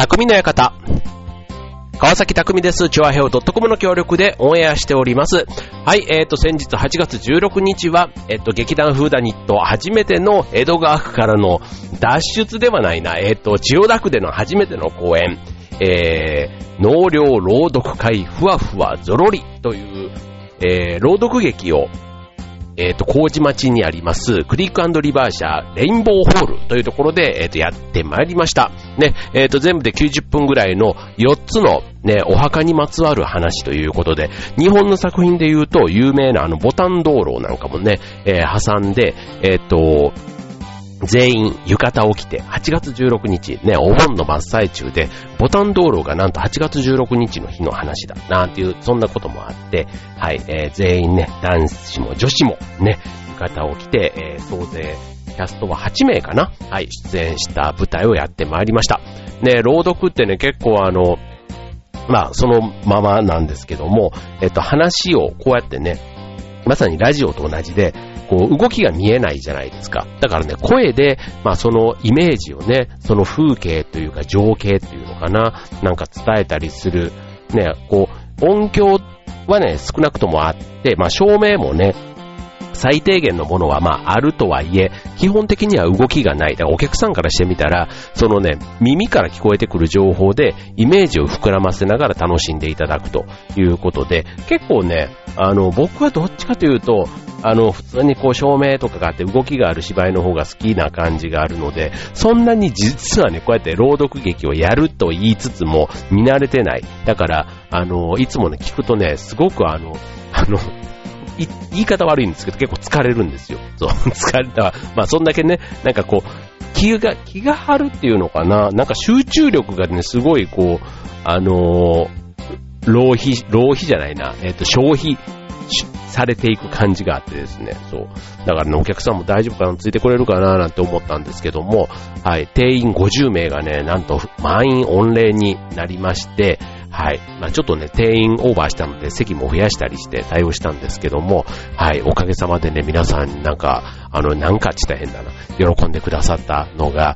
匠の館。川崎匠です。チョアヘオ .com の協力でオンエアしております。はい、先日8月16日は、劇団フーダニット初めての江戸川区からの脱出ではないな、千代田区での初めての公演、納涼朗読会ふわふわゾロリという、朗読劇を麹町にありますクリーク&リバー社レインボーホールというところで、やってまいりました。ね、全部で90分ぐらいの4つのね、お墓にまつわる話ということで、日本の作品で言うと有名なボタン道路なんかもね、挟んで、全員浴衣を着て8月16日ね、お盆の真っ最中でボタン道路がなんと8月16日の日の話だなんていうそんなこともあって、はい、全員ね、男子も女子もね、浴衣を着て、総勢キャストは8名かな、はい、出演した舞台をやってまいりました。ね、朗読ってね、結構まあそのままなんですけども、話をこうやってね、まさにラジオと同じでこう動きが見えないじゃないですか。だからね、声で、まあそのイメージをね、その風景というか情景というのかな、なんか伝えたりする、ね、こう、音響はね、少なくともあって、まあ照明もね、最低限のものはまああるとはいえ、基本的には動きがない。だからお客さんからしてみたら、そのね、耳から聞こえてくる情報でイメージを膨らませながら楽しんでいただくということで、結構ね、僕はどっちかというと、普通にこう照明とかがあって動きがある芝居の方が好きな感じがあるので、そんなに実はね、こうやって朗読劇をやると言いつつも見慣れてない。だから、いつもね、聞くとね、すごく言い方悪いんですけど、結構疲れるんですよ。そう、疲れた。まあ、そんだけね、なんかこう、気が張るっていうのかな。なんか集中力がね、すごいこう、浪費じゃないな。消費されていく感じがあってですね。そう。だからね、お客さんも大丈夫かな、ついてこれるかな、なんて思ったんですけども、はい、定員50名がね、なんと満員御礼になりまして、はい。まあちょっとね、定員オーバーしたので席も増やしたりして対応したんですけども、はい。おかげさまでね、皆さんなんか、なんかちったら変だな、喜んでくださったのが、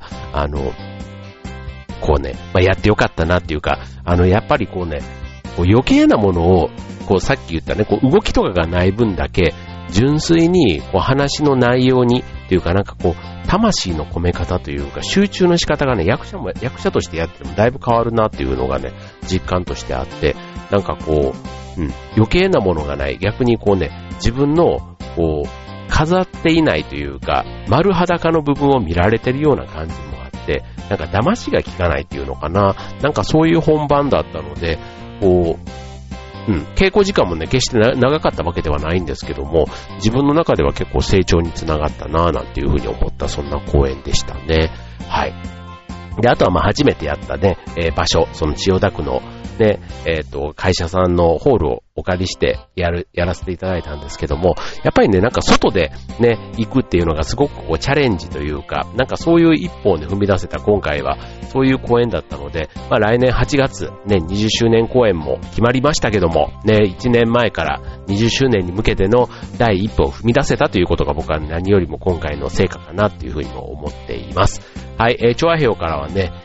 こうね、まあやってよかったなっていうか、やっぱりこうね、こう余計なものを、こうさっき言ったね、こう動きとかがない分だけ、純粋にこう話の内容にっていうかなんかこう魂の込め方というか集中の仕方がね、役者としてやってもだいぶ変わるなっていうのがね、実感としてあって、なんかこう、余計なものがない、逆にこうね、自分のこう飾っていないというか丸裸の部分を見られてるような感じもあって、なんか騙しが効かないっていうのかな、なんかそういう本番だったので、こう稽古時間もね、決して長かったわけではないんですけども、自分の中では結構成長につながったなぁなんていうふうに思った、そんな公演でしたね。はい。で、あとはまあ初めてやったね、場所、その千代田区のね、会社さんのホールをお借りしてやらせていただいたんですけども、やっぱりね、なんか外でね、行くっていうのがすごくこうチャレンジというか、なんかそういう一歩をね、踏み出せた今回は、そういう公演だったので、まあ来年8月、ね、20周年公演も決まりましたけども、ね、1年前から20周年に向けての第一歩を踏み出せたということが僕は何よりも今回の成果かなっていうふうにも思っています。はい、チョアヘオからはね、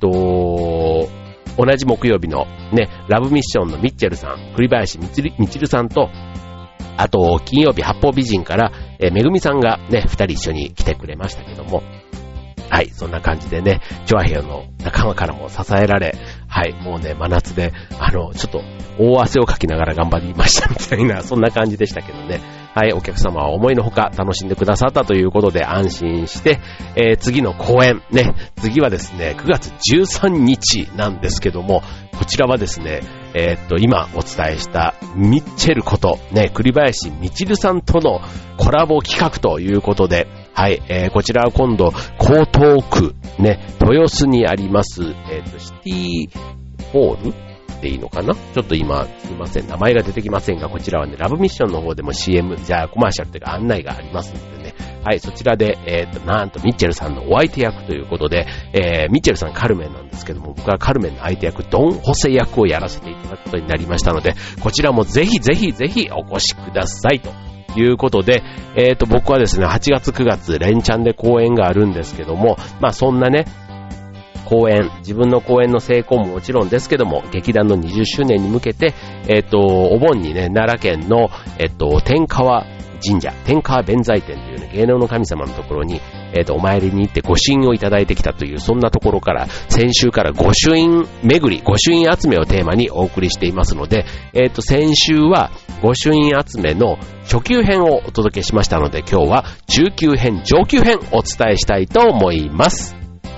同じ木曜日のね、ラブミッションのミッチェルさん、栗林みちるさんと、あと金曜日八方美人から、めぐみさんがね、二人一緒に来てくれましたけども、はい、そんな感じでね、チョアヘヨの仲間からも支えられ、はい、もうね、真夏で、ちょっと大汗をかきながら頑張りましたみたいな、そんな感じでしたけどね。はい、お客様は思いのほか楽しんでくださったということで安心して、次の公演、ね、次はですね、9月13日なんですけども、こちらはですね、今お伝えしたミッチェルこと、ね、栗林みちるさんとのコラボ企画ということで、はい、こちらは今度、江東区、ね、豊洲にあります、シティホールでいいのかな、ちょっと今すいません、名前が出てきませんが、こちらはね、ラブミッションの方でも CM、じゃあコマーシャルというか案内がありますのでね、はい、そちらで、なんとミッチェルさんのお相手役ということで、ミッチェルさんカルメンなんですけども、僕はカルメンの相手役、ドン・ホセ役をやらせていただくことになりましたので、こちらもぜひぜひぜひお越しくださいということで、僕はですね、8月9月連チャンで公演があるんですけども、まあそんなね、 公演、自分の公演の成功ももちろんですけども、劇団の20周年に向けて、お盆にね、奈良県の、天川神社、天川弁財天というね、芸能の神様のところに、お参りに行って御朱印をいただいてきたという、そんなところから、先週から御朱印巡り、御朱印集めをテーマにお送りしていますので、先週は御朱印集めの初級編をお届けしましたので、今日は中級編、上級編お伝えしたいと思います。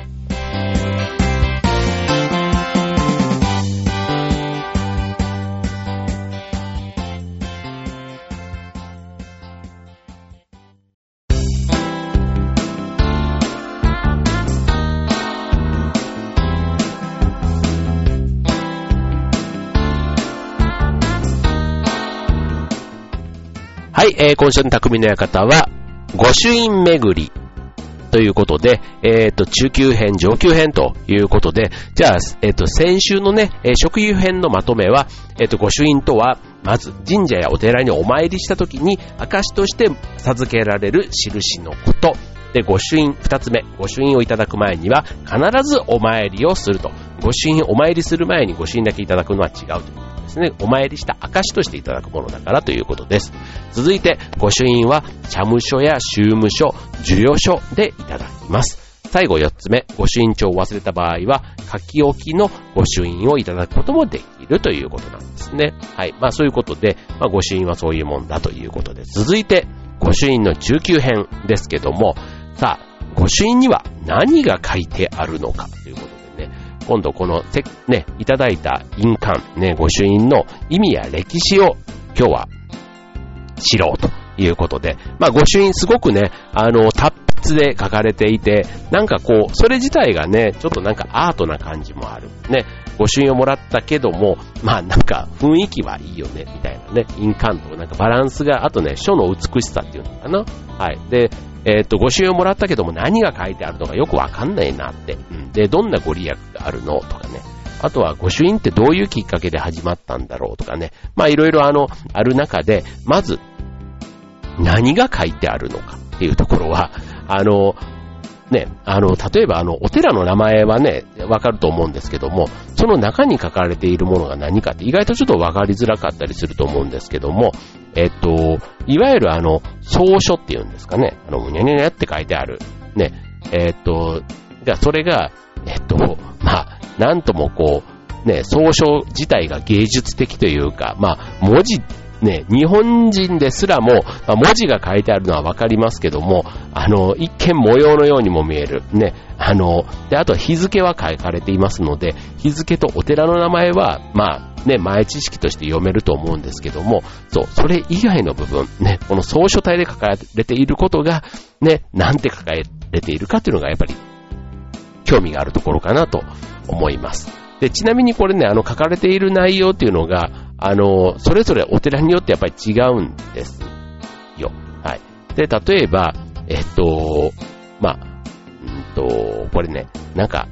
はい、今週の匠の館は、御朱印巡りということで、中級編、上級編ということで、じゃあ、先週のね、初級編のまとめは、御朱印とは、まず神社やお寺にお参りしたときに、証として授けられる印のこと。で、御朱印、二つ目、御朱印をいただく前には、必ずお参りをすると。御朱印、お参りする前に御朱印だけいただくのは違うということですね。お参りした証としていただくものだからということです。続いて、御朱印は、社務所や宗務所、授与所でいただきます。最後4つ目、御朱印帳を忘れた場合は、書き置きの御朱印をいただくこともできるということなんですね。はい。まあそういうことで、まあ御朱印はそういうもんだということで、続いて、御朱印の中級編ですけども、さあ、御朱印には何が書いてあるのかということでね、今度このね、いただいた印鑑、ね、御朱印の意味や歴史を今日は知ろうということで、まあ御朱印すごくね、達筆で書かれていて、なんかこう、それ自体がね、ちょっとなんかアートな感じもある。ね、御朱印をもらったけども、まあなんか雰囲気はいいよね、みたいなね、印鑑となんかバランスが、あとね、書の美しさっていうのかな。はい。で、御朱印をもらったけども何が書いてあるのかよくわかんないなって。で、どんなご利益があるのとかね。あとは御朱印ってどういうきっかけで始まったんだろうとかね。まあいろいろある中で、まず、何が書いてあるのかっていうところは、ね、例えばお寺の名前はね、わかると思うんですけども、その中に書かれているものが何かって意外とちょっとわかりづらかったりすると思うんですけども、いわゆる草書っていうんですかね、むにゃにゃにゃって書いてある。ね、それが、まあ、なんともこう、ね、草書自体が芸術的というか、まあ、文字、ね、日本人ですらも、まあ、文字が書いてあるのはわかりますけども、一見模様のようにも見える。ね、で、あと日付は書かれていますので、日付とお寺の名前は、まあ、ね、前知識として読めると思うんですけども、そう、それ以外の部分、ね、この草書体で書かれていることが、ね、なんて書かれているかっていうのがやっぱり、興味があるところかなと思います。で、ちなみにこれね、書かれている内容っていうのが、それぞれお寺によってやっぱり違うんですよ。はい。で、例えば、まあ、これね、なんか、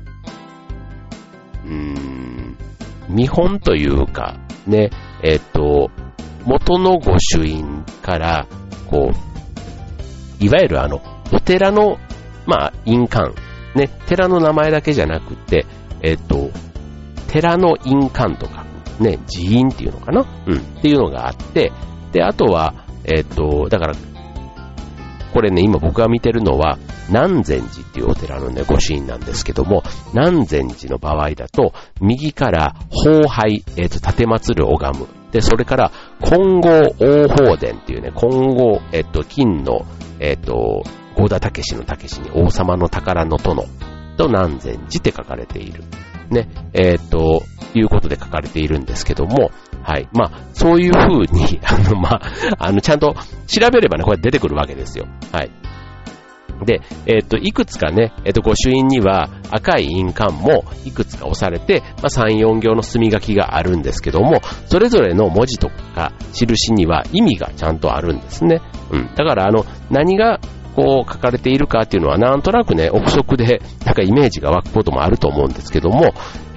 見本というか、ね、元の御朱印から、こう、いわゆるお寺の、まあ、印鑑、ね、寺の名前だけじゃなくて、寺の印鑑とか、ね、寺院っていうのかな、っていうのがあって、で、あとは、だから、これね、今僕が見てるのは、南禅寺っていうお寺のね、御朱印なんですけども、南禅寺の場合だと、右から宝拝、立て祀る拝む。で、それから、金剛王宝殿っていうね、金剛、金の、合田武士の武士に王様の宝の殿と南禅寺って書かれている。ね、いうことで書かれているんですけども、はい。まあ、そういう風に、まあ、ちゃんと調べればね、これ出てくるわけですよ。はい。で、いくつかね、御朱印には赤い印鑑もいくつか押されて、まあ、3、4行の墨書きがあるんですけども、それぞれの文字とか印には意味がちゃんとあるんですね。だから、何が、こう書かれているかっていうのはなんとなくね、憶測でなんかイメージが湧くこともあると思うんですけども、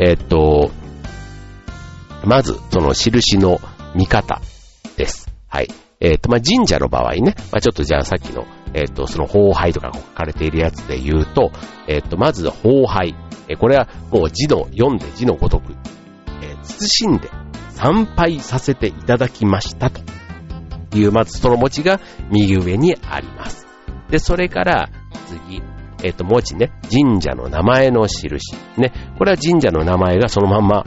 まずその印の見方です。はい。まあ、神社の場合ね、まあ、ちょっとじゃあさっきのその宝拝とか書かれているやつで言うと、まず宝拝。 これはもう読んで字のごとく、慎んで参拝させていただきましたという、まずその文字が右上にあります。で、それから次、文字ね、神社の名前の印。ね、これは神社の名前がそのまんま、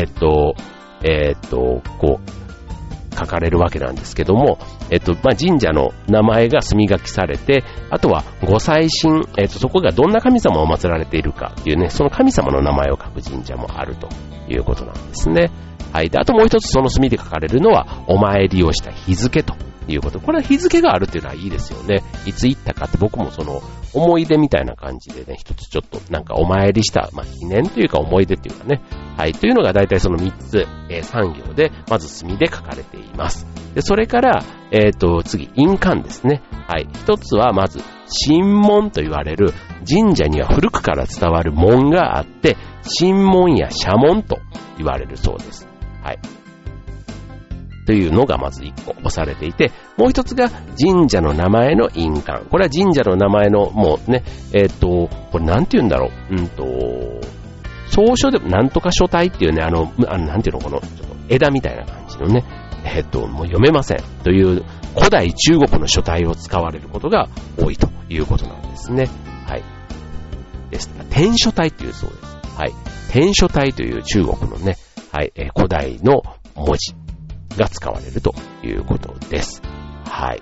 こう、書かれるわけなんですけども、神社の名前が墨書きされて、あとはご祭神、そこがどんな神様を祀られているかっていうね、その神様の名前を書く神社もあるということなんですね。はい。で、あともう一つその墨で書かれるのは、お参りをした日付ということ。これは日付があるっていうのはいいですよね。いつ行ったかって僕もその思い出みたいな感じでね、一つちょっとなんかお参りした、記念というか思い出っていうかね。はい。というのが大体その3つ、3行で、まず墨で書かれています。で、それから、次、印鑑ですね。はい。一つはまず、神門と言われる神社には古くから伝わる門があって、神門や社門と言われるそうです。はい。というのがまず1個押されていて、もう一つが神社の名前の印鑑。これは神社の名前のもうね、これなんて言うんだろう。草書でもなんとか書体っていうね、なんていうの、このちょっと枝みたいな感じのね、もう読めませんという古代中国の書体を使われることが多いということなんですね。はい。です。天書体っていうそうです。はい。天書体という中国のね、はい、古代の文字が使われるということです。はい。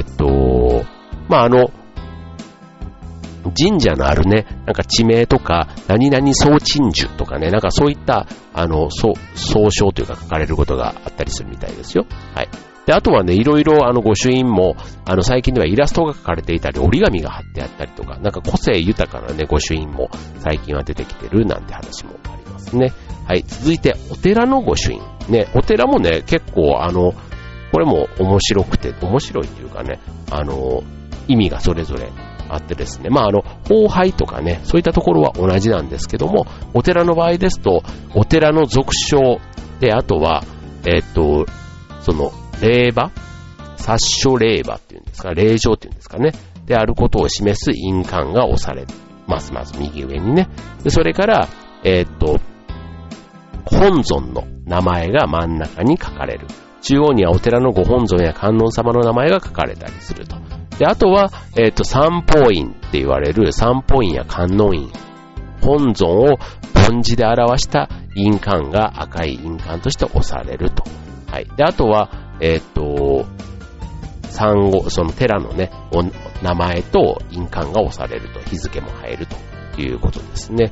神社のあるね、なんか地名とか、何々総鎮守とかね、なんかそういった、総称というか書かれることがあったりするみたいですよ。はい。で、あとはね、いろいろ御朱印も、最近ではイラストが書かれていたり、折り紙が貼ってあったりとか、なんか個性豊かなね、御朱印も最近は出てきてるなんて話もありますね。はい。続いて、お寺の御朱印。ね、お寺もね、結構これも面白いっていうかね、意味がそれぞれあってですね、奉拝とかね、そういったところは同じなんですけども、お寺の場合ですと、お寺の俗称で、あとは、その、霊場、殺書霊場っていうんですか、霊場っていうんですかね、であることを示す印鑑が押されます。まず右上にね。で、それから、本尊の名前が真ん中に書かれる。中央にはお寺のご本尊や観音様の名前が書かれたりすると。で、あとは、三宝印って言われる三宝印や観音印。本尊を梵字で表した印鑑が赤い印鑑として押されると。はい。で、あとは、その寺のね、名前と印鑑が押されると。日付も入るということですね。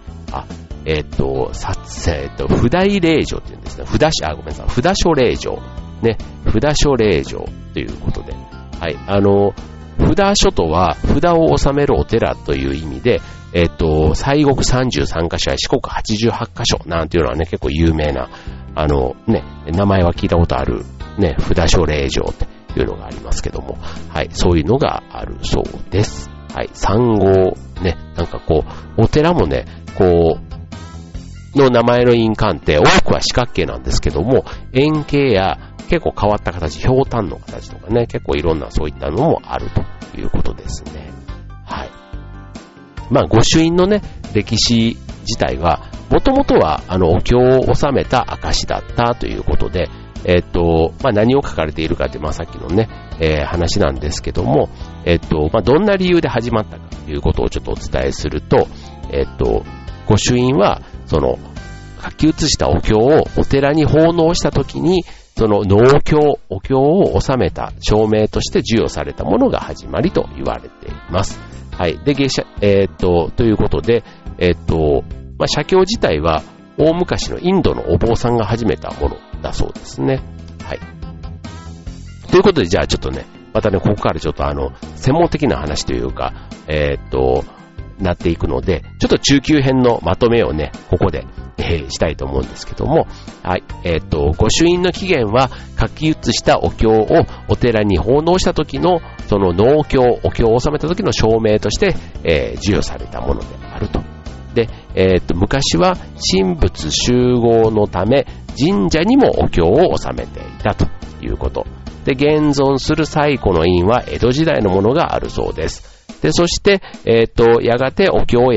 不大霊場っていうんですね。札所霊場。ね。札所霊場ということで。はい。札所とは、札を収めるお寺という意味で、西国33カ所や四国88カ所なんていうのはね、結構有名な、名前は聞いたことある、ね、札所霊場っていうのがありますけども、はい、そういうのがあるそうです。はい、三号、ね、なんかこう、お寺もね、こう、の名前の印鑑って多くは四角形なんですけども、円形や結構変わった形、ひょうたんの形とかね、結構いろんなそういったのもあるということですね。はい。御朱印のね、歴史自体は、もともとは、お経を収めた証だったということで、何を書かれているかって、さっきのね、話なんですけども、どんな理由で始まったかということをちょっとお伝えすると、御朱印は、その、書き写したお経をお寺に奉納したときに、そのお経を収めた証明として授与されたものが始まりと言われています。はい。で、ということで、写経自体は大昔のインドのお坊さんが始めたものだそうですね。はい。ということで、じゃあちょっとね、またね、ここからちょっと専門的な話というか、なっていくので、ちょっと中級編のまとめをね、ここで、したいと思うんですけども、はい。御朱印の起源は書き写したお経をお寺に奉納した時の、そのお経を収めた時の証明として、授与されたものであると。で、昔は神仏集合のため、神社にもお経を収めていたということ。で、現存する最古の印は江戸時代のものがあるそうです。で、そして、やがてお経や、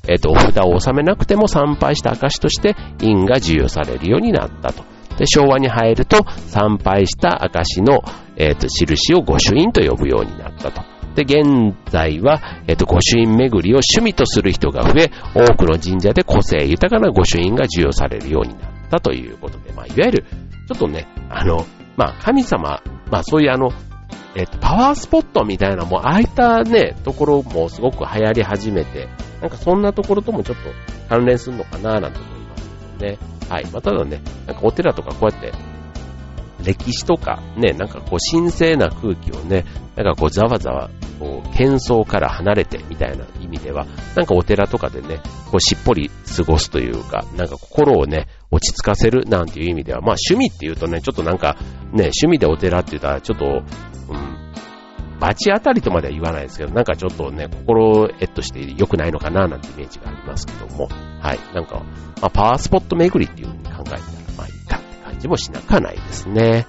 お札を納めなくても参拝した証として印が授与されるようになったと。で、昭和に入ると参拝した証の、印を御朱印と呼ぶようになったと。で、現在は、御朱印巡りを趣味とする人が増え、多くの神社で個性豊かな御朱印が授与されるようになったということで、いわゆる、ちょっとね、神様、そういうパワースポットみたいなもああいったね、ところもすごく流行り始めて、なんかそんなところともちょっと関連するのかななんて思いますけどね。はい。ただね、なんかお寺とかこうやって、歴史とかね、なんか神聖な空気をね、なんかざわざわ、喧騒から離れてみたいな意味では、なんかお寺とかでね、しっぽり過ごすというか、なんか心をね、落ち着かせるなんていう意味では、趣味っていうとね、ちょっとなんかね、趣味でお寺って言ったらちょっと、罰当たりとまでは言わないですけど、なんかちょっとね、心得として良くないのかななんてイメージがありますけども、はい。なんか、パワースポット巡りっていう風に考えたら、いいかって感じもしなくはないですね。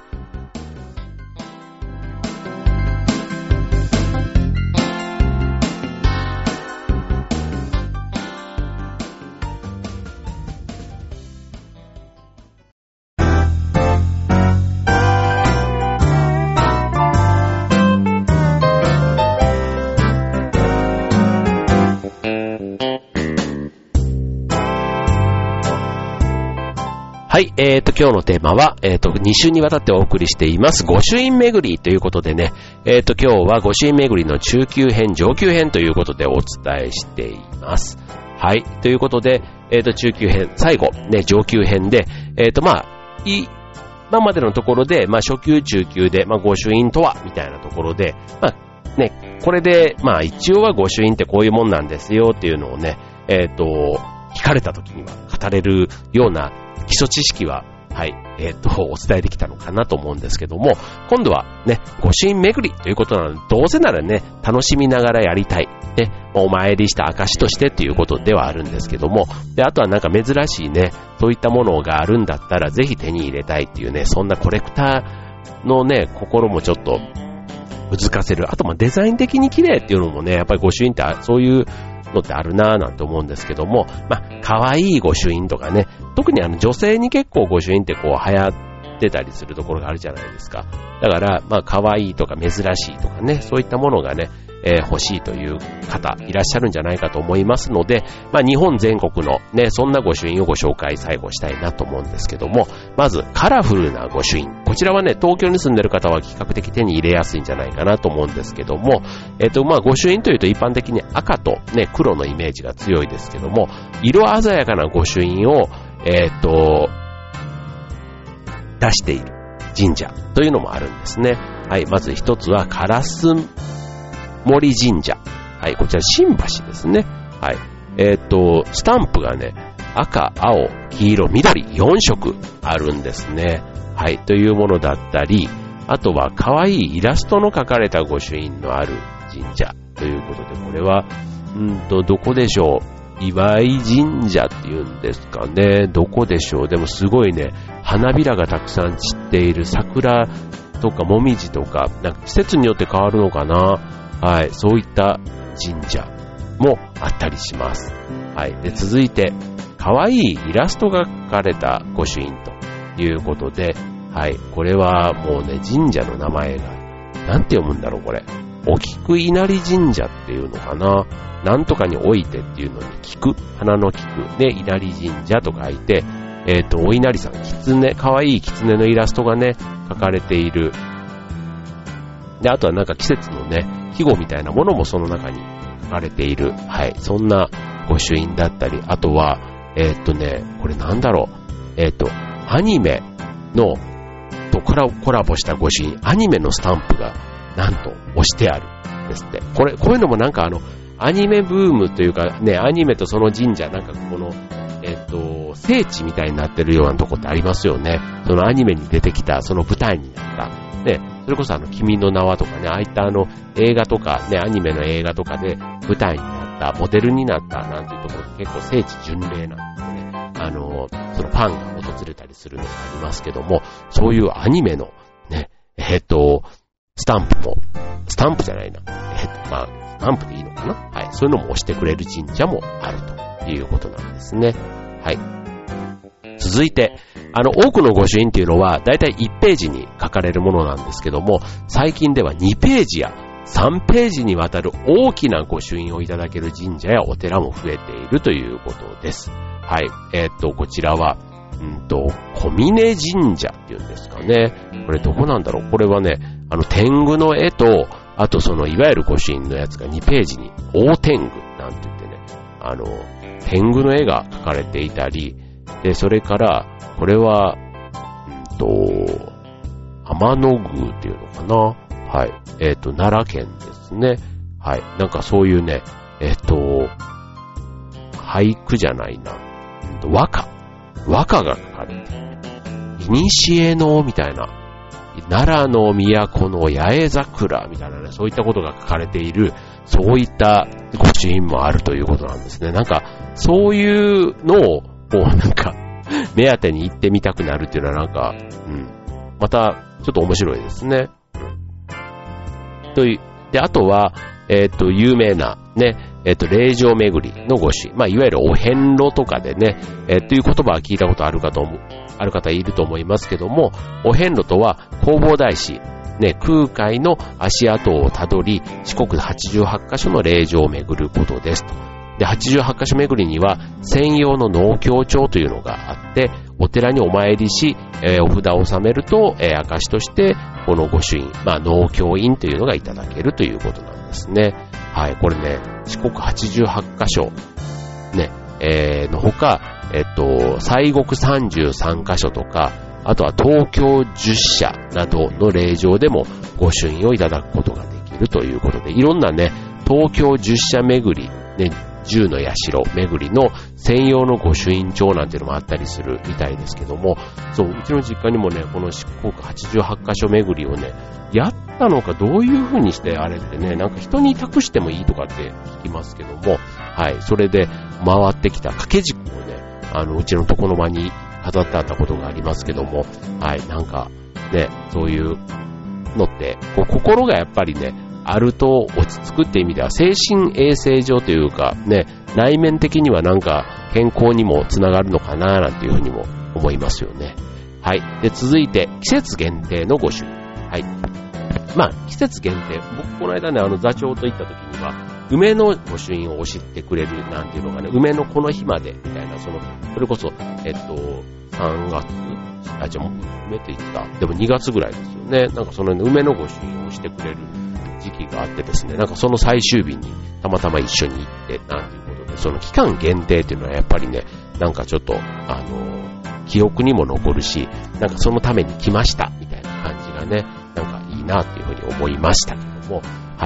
はい、今日のテーマは、2週にわたってお送りしています、御朱印巡りということでね、今日は御朱印巡りの中級編、上級編ということでお伝えしています。はい、ということで、中級編、最後、ね、上級編で、今までのところで、初級、中級で、御朱印とは、みたいなところで、ね、これで、一応は御朱印ってこういうもんなんですよっていうのをね、聞かれた時には語れるような基礎知識は、はい、お伝えできたのかなと思うんですけども、今度はね、御朱印巡りということなので、どうせならね、楽しみながらやりたい。ね、お参りした証としてっていうことではあるんですけども、で、あとはなんか珍しいね、そういったものがあるんだったら、ぜひ手に入れたいっていうね、そんなコレクターのね、心もちょっと、うずかせる。あと、デザイン的に綺麗っていうのもね、やっぱり御朱印ってそういうのってあるなぁなんて思うんですけども、可愛い御朱印とかね、特に女性に結構御朱印って流行ってたりするところがあるじゃないですか。だから、可愛いとか珍しいとかね、そういったものがね、欲しいという方いらっしゃるんじゃないかと思いますので、日本全国のね、そんな御朱印をご紹介最後したいなと思うんですけども、まずカラフルな御朱印。こちらはね、東京に住んでる方は比較的手に入れやすいんじゃないかなと思うんですけども、御朱印というと一般的に赤とね、黒のイメージが強いですけども、色鮮やかな御朱印を、出している神社というのもあるんですね。はい、まず一つは烏森神社。はい、こちら新橋ですね。はい。スタンプがね、赤、青、黄色、緑、4色あるんですね。はい、というものだったり、あとは可愛いイラストの描かれた御朱印のある神社ということで、これは、どこでしょう。岩井神社っていうんですかね。どこでしょう。でもすごいね、花びらがたくさん散っている桜とかもみじとか、なんか季節によって変わるのかな。はい、そういった神社もあったりします。はい、で続いて可愛いイラストが描かれた御朱印ということで、はい、これはもうね、神社の名前がなんて読むんだろうこれ。お菊稲荷神社っていうのかな。なんとかにおいてっていうのに菊、花の菊で稲荷神社と書いて、お稲荷さん、狐、可愛い狐のイラストがね描かれている。で、あとはなんか季節のね、季語みたいなものもその中に書かれている。はい。そんな御朱印だったり、あとは、これなんだろう。アニメの、とコラボした御朱印、アニメのスタンプが、なんと押してあるんですって。こういうのもなんかアニメブームというかね、アニメとその神社、なんかこの、聖地みたいになってるようなとこってありますよね。そのアニメに出てきた、その舞台になった。ね、それこそ君の名はとかね、ああいった映画とかね、アニメの映画とかで舞台になった、モデルになったなんていうところ結構聖地巡礼なんですね。そのファンが訪れたりするのがありますけども、そういうアニメのね、スタンプじゃないな。スタンプでいいのかな？はい。そういうのも押してくれる神社もあるということなんですね。はい。続いて、多くの御朱印っていうのは、だいたい1ページに書かれるものなんですけども、最近では2ページや3ページにわたる大きな御朱印をいただける神社やお寺も増えているということです。はい。こちらは、小峰神社っていうんですかね。これどこなんだろう。これはね、天狗の絵と、あとそのいわゆる御朱印のやつが2ページに大天狗なんて言ってね、天狗の絵が描かれていたり、で、それから、これは、天の宮っていうのかな。はい。奈良県ですね。はい。なんかそういうね、俳句じゃないな。和歌が書かれている。いにしえの、みたいな。奈良の都の八重桜みたいなね、そういったことが書かれている、そういった御朱印もあるということなんですね。なんか、そういうのを、なんか、目当てに行ってみたくなるっていうのはなんか、また、ちょっと面白いですね。で、あとは、有名な、ね、霊場巡りの御朱印。まあ、いわゆるお遍路とかでね、という言葉は聞いたことある方いると思いますけども、お遍路とは弘法大師、ね、空海の足跡をたどり、四国88カ所の霊場を巡ることですと。で、88カ所巡りには専用の納経帳というのがあって、お寺にお参りし、お札を納めると、証としてこの御朱印、まあ納経印というのがいただけるということなんですね。はい、これね、四国88カ所ね、のほか、西国33カ所とか、あとは東京10社などの霊場でも御朱印をいただくことができるということで、いろんなね、東京10社巡り、ね、10の社巡りの専用の御朱印帳なんていうのもあったりするみたいですけども、そう、うちの実家にもね、この四国88カ所巡りをね、やったのかどういう風にしてあれってね、なんか人に託してもいいとかって聞きますけども、はい、それで回ってきた掛け軸をね、うちの床の間に飾ってあったことがありますけども、はい、なんかね、そういうのって、こう心がやっぱりね、あると落ち着くって意味では精神衛生上というかね、内面的にはなんか健康にもつながるのかななんていうふうにも思いますよね。はい。で、続いて季節限定の御朱印。はい。まあ季節限定、僕この間ね座長と行った時には梅の御朱印を教えてくれるなんていうのがね、梅のこの日までみたいな、それこそ3月じゃあ梅って言った。でも2月ぐらいですよね。なんかその梅の御朱印をしてくれる時期があってですね、なんかその最終日にたまたま一緒に行ってなんていうことで、その期間限定っていうのはやっぱりね、なんかちょっと記憶にも残るし、なんかそのために来ましたみたいな感じがね、なんかいいなっていうふうに思いましたけども、はい、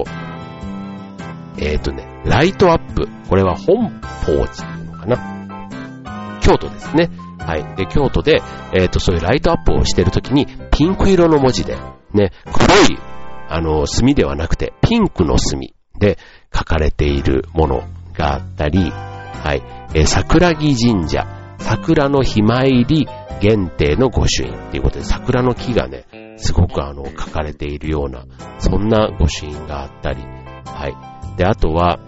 ライトアップ、これは本法寺っていうのかな、京都ですね。はい。で、京都でそういうライトアップをしてるときにピンク色の文字でね、黒い墨ではなくてピンクの墨で書かれているものがあったり、はい、桜木神社、桜のひまいり限定の御朱印っていうことで、桜の木がね、すごく書かれているような、そんな御朱印があったり、はい。で、あとは、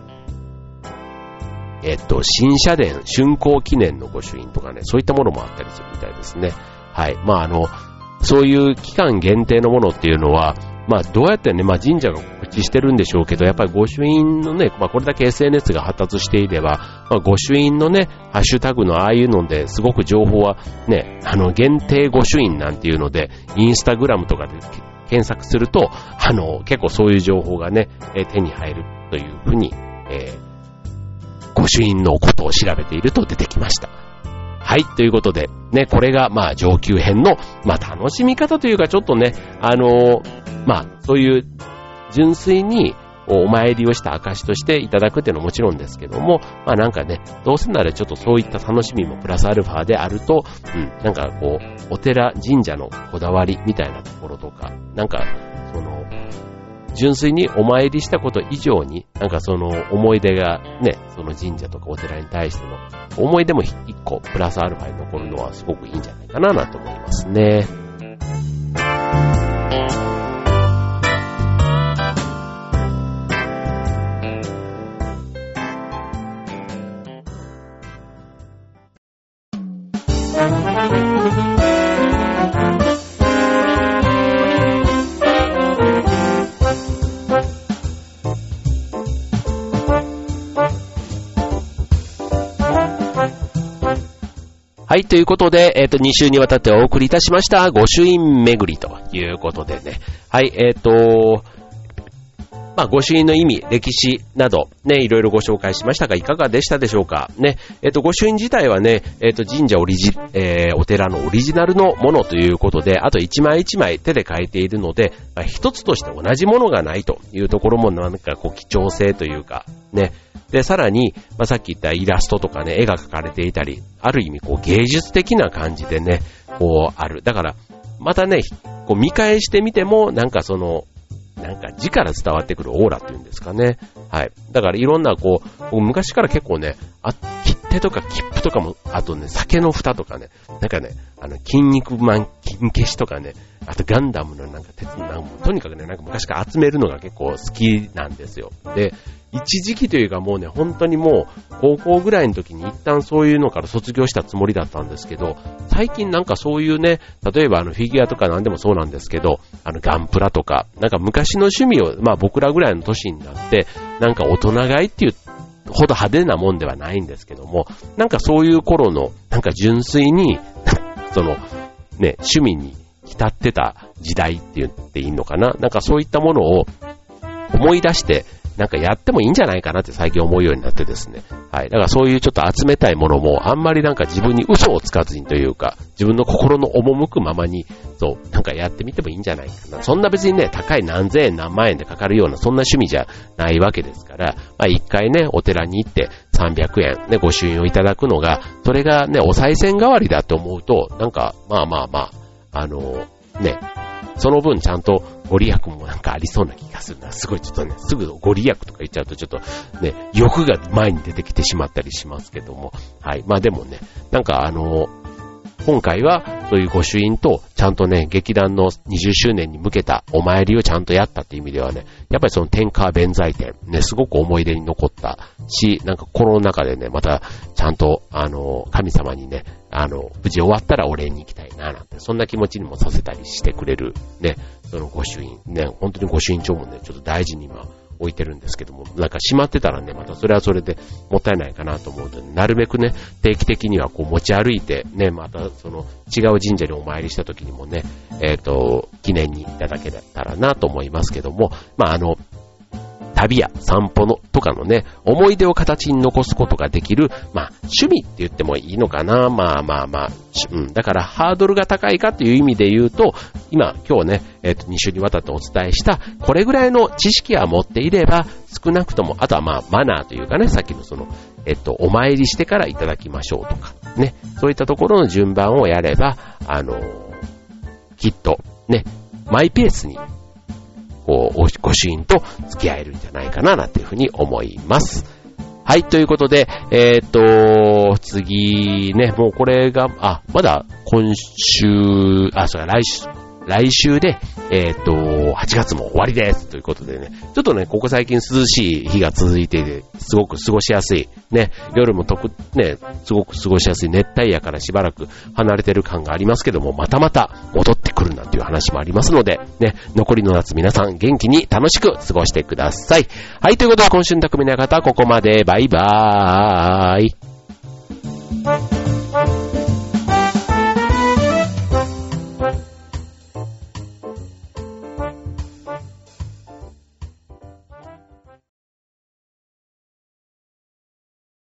新社殿竣工記念の御朱印とかね、そういったものもあったりするみたいですね。はい。まあそういう期間限定のものっていうのは、まあどうやってね、まあ神社が告知してるんでしょうけど、やっぱり御朱印のね、まあこれだけ SNS が発達していれば、まあ御朱印のね、ハッシュタグのああいうのですごく情報はね、限定御朱印なんていうので、インスタグラムとかで検索すると、結構そういう情報がね、手に入るというふうに、御朱印のことを調べていると出てきました。はい、ということで、ね、これが、まあ、上級編の、まあ、楽しみ方というか、ちょっとね、まあ、そういう、純粋に、お参りをした証としていただくっていうのはもちろんですけども、まあなんかね、どうせならちょっとそういった楽しみもプラスアルファであると、なんかこう、お寺、神社のこだわりみたいなところとか、なんか、純粋にお参りしたこと以上に、なんかその思い出がね、その神社とかお寺に対しての思い出も一個プラスアルファに残るのはすごくいいんじゃないかなと思いますね。 はい、ということで、2週にわたってお送りいたしました、御朱印巡りということでね。はい、御朱印の意味、歴史など、ね、いろいろご紹介しましたが、いかがでしたでしょうかね。御朱印自体はね、神社お寺のオリジナルのものということで、あと一枚一枚手で書いているので、一つとして同じものがないというところもなんかこう貴重性というか、ね。で、さらに、さっき言ったイラストとかね、絵が描かれていたり、ある意味こう芸術的な感じでね、こうある。だから、またね、こう見返してみても、なんか字から伝わってくるオーラっていうんですかね。はい。だからいろんな昔から結構ね、切手とか切符とかも、あとね、酒の蓋とかね、なんかね、筋肉マン、金消しとかね、あとガンダムのなんかとにかくね、なんか昔から集めるのが結構好きなんですよ。で、一時期というかもうね、本当にもう高校ぐらいの時に一旦そういうのから卒業したつもりだったんですけど、最近なんかそういうね、例えばフィギュアとかなんでもそうなんですけど、ガンプラとか、なんか昔の趣味を、僕らぐらいの年になって、なんか大人買いっていうほど派手なもんではないんですけども、なんかそういう頃の、なんか純粋に、趣味に浸ってた時代って言っていいのかな、なんかそういったものを思い出して、なんかやってもいいんじゃないかなって最近思うようになってですね。はい。だからそういうちょっと集めたいものもあんまりなんか自分に嘘をつかずにというか、自分の心の赴くままに、なんかやってみてもいいんじゃないかな。そんな別にね、高い何千円何万円でかかるようなそんな趣味じゃないわけですから、一回ね、お寺に行って300円ね、御朱印をいただくのが、それがね、お賽銭代わりだと思うと、なんか、その分ちゃんとご利益もなんかありそうな気がするな。すごいちょっとね、すぐご利益とか言っちゃうとちょっとね、欲が前に出てきてしまったりしますけども。はい。でもね、なんか今回はそういう御朱印とちゃんとね、劇団の20周年に向けたお参りをちゃんとやったっていう意味ではね、やっぱりその天下弁財天ね、すごく思い出に残ったし、なんかこの中でね、またちゃんと神様にね、無事終わったらお礼に行きたいななんて、そんな気持ちにもさせたりしてくれるね、その御朱印ね、本当に御朱印帳もね、ちょっと大事に今置いてるんですけども、なんかしまってたらね、またそれはそれでもったいないかなと思うので、なるべくね、定期的にはこう持ち歩いてね、またその違う神社にお参りした時にもね、記念にいただけたらなと思いますけども、旅や散歩のとかのね、思い出を形に残すことができる、趣味って言ってもいいのかな、だからハードルが高いかという意味で言うと、今日ね、2週にわたってお伝えした、これぐらいの知識は持っていれば、少なくとも、あとはマナーというかね、さっきのその、お参りしてからいただきましょうとか、ね、そういったところの順番をやれば、きっと、ね、マイペースに、御朱印と付き合えるんじゃないかな、なんていうふうに思います。はい、ということで、次ね、もうこれが、まだ今週、来週で、8月も終わりです。ということでね、ちょっとね、ここ最近涼しい日が続いていて、すごく過ごしやすい。ね、夜もすごく過ごしやすい熱帯夜からしばらく離れてる感がありますけども、またまた戻ってくるなんていう話もありますので、ね、残りの夏皆さん元気に楽しく過ごしてください。はい、ということで今週の匠の館はここまで。バイバーイ。